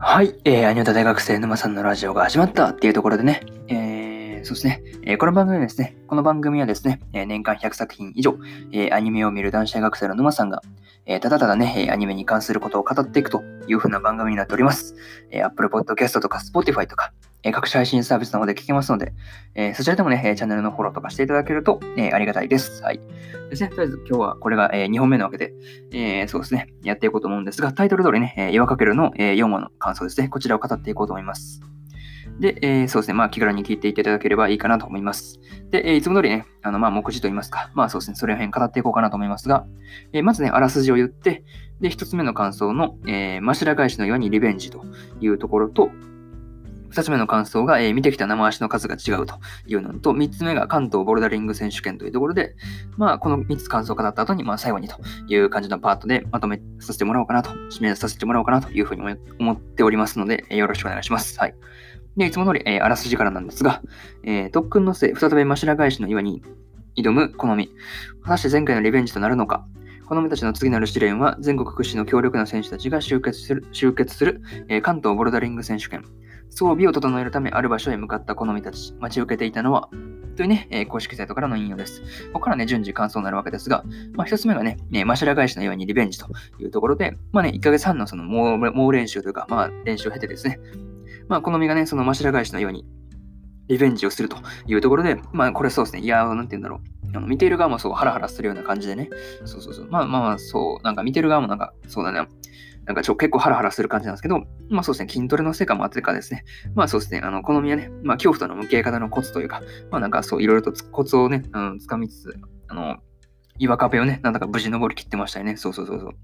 はい、アニオタ大学生沼さんのラジオが始まったっていうところでね、そうですね、この番組はですね、年間100作品以上、アニメを見る男子大学生の沼さんが、ただただね、アニメに関することを語っていくという風な番組になっております。Apple Podcast とか Spotify とか、各種配信サービスの方で聞けますので、そちらでもね、チャンネルのフォローとかしていただけると、ありがたいです。はい。ですね、とりあえず今日はこれが、2本目なわけで、そうですね、やっていこうと思うんですが、タイトル通りね、岩かけるの、4話の感想ですね、こちらを語っていこうと思います。で、そうですね、気軽に聞いていただければいいかなと思います。で、いつも通りね、目次と言いますか、そうですね、それら辺語っていこうかなと思いますが、まずね、あらすじを言って、で、一つ目の感想の、マシラ返しの岩にリベンジというところと、二つ目の感想が、見てきた生足の数が違うというのと、三つ目が関東ボルダリング選手権というところで、この三つ感想を語った後に、最後にという感じのパートでまとめさせてもらおうかなと、締めさせてもらおうかなというふうに思っておりますので、よろしくお願いします。はい。で、いつも通り、あらすじからなんですが、特訓の末、再びマシラ返しの岩に挑む好み。果たして前回のリベンジとなるのか。好みたちの次なる試練は、全国屈指の強力な選手たちが集結する、関東ボルダリング選手権。装備を整えるため、ある場所へ向かった好みたち。待ち受けていたのは、というね、公式サイトからの引用です。ここからね、順次感想になるわけですが、一つ目がね、マシラ返しの岩にリベンジというところで、1ヶ月半のその猛練習というか、練習を経てですね、好みがね、そのマシラ返しのようにリベンジをするというところで、これそうですね。いや、なんて言うんだろう。見ている側もそう、ハラハラするような感じでね。そう。そう、なんか見てる側もなんか、そうだね。なんか結構ハラハラする感じなんですけど、そうですね。筋トレの成果もあってかですね。そうですね。好みはね、恐怖との向き合い方のコツというか、なんかそう、いろいろとコツをね、つかみつつ、岩壁をね、なんだか無事登り切ってましたよね。そう。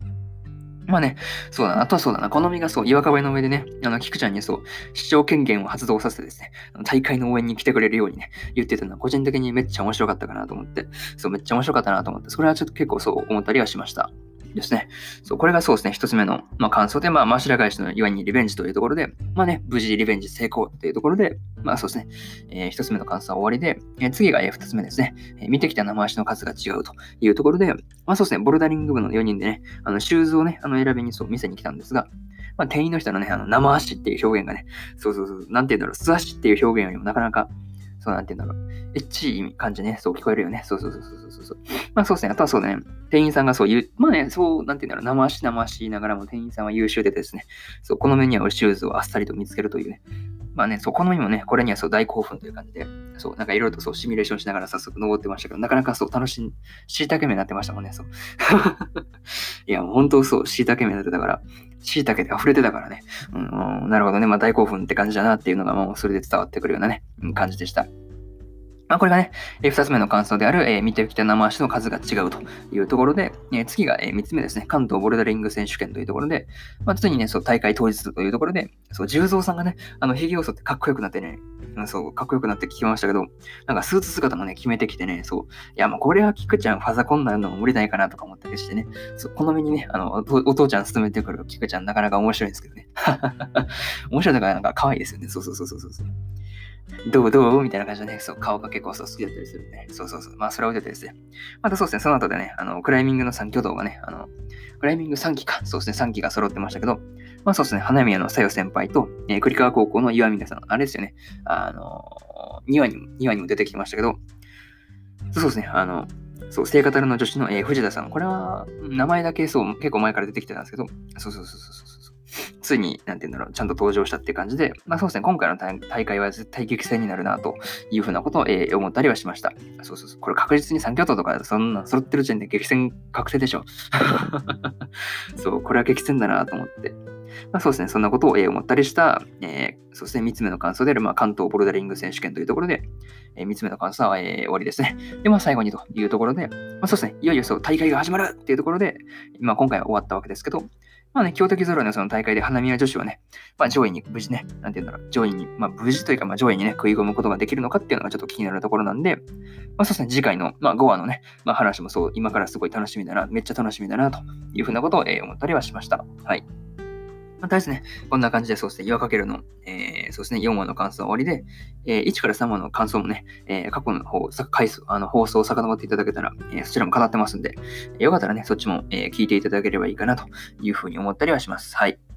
そうだな。あとはそうだな。好みがそう、岩壁の上でね、菊ちゃんにそう、視聴権限を発動させてですね、大会の応援に来てくれるようにね、言ってたのは、個人的にめっちゃ面白かったかなと思って、そう、めっちゃ面白かったなと思って、それはちょっと結構そう思ったりはしました。ですね。そう、これがそうですね、一つ目の、感想で、マシラ返しの岩にリベンジというところで、無事リベンジ成功というところで、そうですね、一つ目の感想は終わりで、次が二つ目ですね、見てきた生足の数が違うというところで、そうですね、ボルダリング部の4人でね、シューズをね、選びにそう、店に来たんですが、店員の人のね、生足っていう表現がね、そう、なんて言うんだろう、素足っていう表現よりもなかなか、そうなんて言うんだろう、エッチい感じね、そう聞こえるよね。そう。そうですね、あとはそうね、店員さんがそう言う、そう、なんて言うんだろう、生足言いながらも店員さんは優秀でですね、そう、この目に合うシューズをあっさりと見つけるというね、そう、この身もね、これにはそう大興奮という感じで、そう、なんかいろいろとそうシミュレーションしながら早速登ってましたけど、なかなかそう椎茸目になってましたもんね、そう。いや、もう本当そう、椎茸目になってたから、椎茸で溢れてたからね、なるほどね、大興奮って感じだなっていうのがもうそれで伝わってくるようなね、感じでした。これがね、二つ目の感想である、見てきた生足の数が違うというところで、次が、三つ目ですね、関東ボルダリング選手権というところで、ついにね、そう、大会当日というところで、そう、重蔵さんがね、ひげを剃ってかっこよくなってね、そう、かっこよくなって聞きましたけど、なんかスーツ姿もね、決めてきてね、そう、いや、これは菊ちゃんファザコンになるのも無理ないかなとか思ったりしてね、そう、この目にね、お父ちゃん勤めてくる菊ちゃんなかなか面白いんですけどね。面白いとかなんか可愛いですよね。そう。どうみたいな感じでね、そう、顔が結構そう好きだったりするんで、そう。それを置いててですね。またそうですね、その後でね、クライミングの3挙動がね、クライミング3期か、そうですね、3期が揃ってましたけど、そうですね、花宮のさよ先輩と、栗川高校の岩宮さん、あれですよね、2話にも出てきてましたけど、そうですね、そう、聖歌の女子の、藤田さん、これは、名前だけそう、結構前から出てきてたんですけど、そう。ついに、なんて言うんだろう、ちゃんと登場したっていう感じで、そうですね、今回の大会は絶対激戦になるな、というふうなことを、思ったりはしました。そう。これ確実に3巨頭とか、そんな揃ってる時点で激戦確定でしょ。そう、これは激戦だなと思って。そうですね、そんなことを、思ったりした、そうですね、3つ目の感想である、関東ボルダリング選手権というところで、3つ目の感想は、終わりですね。で、最後にというところで、そうですね、いよいよそう大会が始まるっていうところで、今回は終わったわけですけど、強敵揃いのその大会で花宮女子はね、上位に無事ね、なんて言うんだろう、上位に、無事というか、上位にね、食い込むことができるのかっていうのがちょっと気になるところなんで、そうですね、次回の、5話のね、話もそう、今からすごい楽しみだな、めっちゃ楽しみだな、というふうなことを、思ったりはしました。はい。ですね、こんな感じで、そうですね、岩かけるの、そうですね、4話の感想は終わりで、1から3話の感想もね、過去の回数、放送を遡っていただけたら、そちらも語ってますんで、よかったらね、そっちも、聞いていただければいいかなというふうに思ったりはします。はい。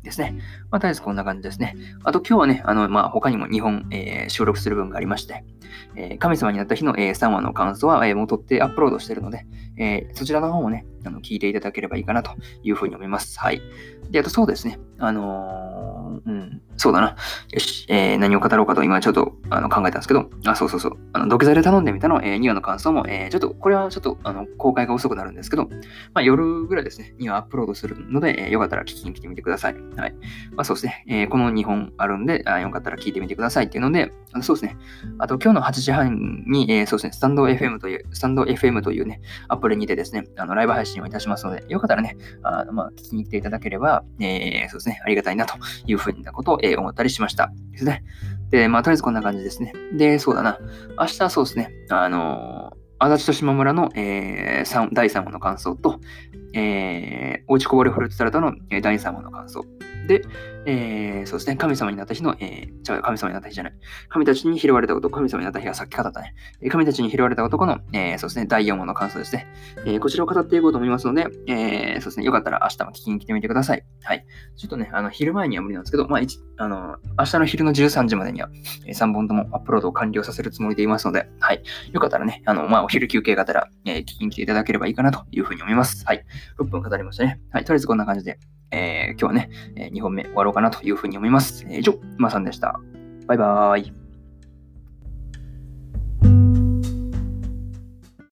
ですね。まあ、とりあえずこんな感じですね。あと今日はね、他にも2本、収録する分がありまして、神様になった日の、3話の感想は、もう撮ってアップロードしているので、そちらの方もね、聞いていただければいいかなというふうに思います。はい。で、あとそうですね。そうだな。よし、何を語ろうかと今ちょっと考えたんですけど、そうそうそう。土下座で頼んでみたの、2話の感想も、ちょっと、これはちょっと公開が遅くなるんですけど、夜ぐらいですね、にはアップロードするので、よかったら聞きに来てみてください。はい。そうですね、この2本あるんで、よかったら聞いてみてくださいっていうので、そうですね。あと今日の8時半に、そうですね、スタンド FM というね、アプリにてですね、ライブ配信をいたしますので、よかったらね、聞きに来ていただければ、そうですね、ありがたいなというふうなことを、思ったりしました。ですね。で、とりあえずこんな感じですね。で、そうだな。明日そうですね、足立と島村の、第3話の感想と、おうちこぼれフルーツサラダの、第3話の感想。で、そうですね、神様になった日の、神様になった日じゃない。神たちに拾われた男、神様になった日がさっき語ったね。神たちに拾われた男の、そうですね、第4話の感想ですね。こちらを語っていこうと思いますので、そうですね、よかったら明日も聞きに来てみてください。はい。ちょっとね、昼前には無理なんですけど、明日の昼の13時までには、3本ともアップロードを完了させるつもりでいますので、はい。よかったらね、お昼休憩がてら、聞きに来ていただければいいかなというふうに思います。はい。6分語りましたね。はい。とりあえずこんな感じで、今日はね、2本目終わろうかなというふうに思います。以上、まさんでした。バイバーイ。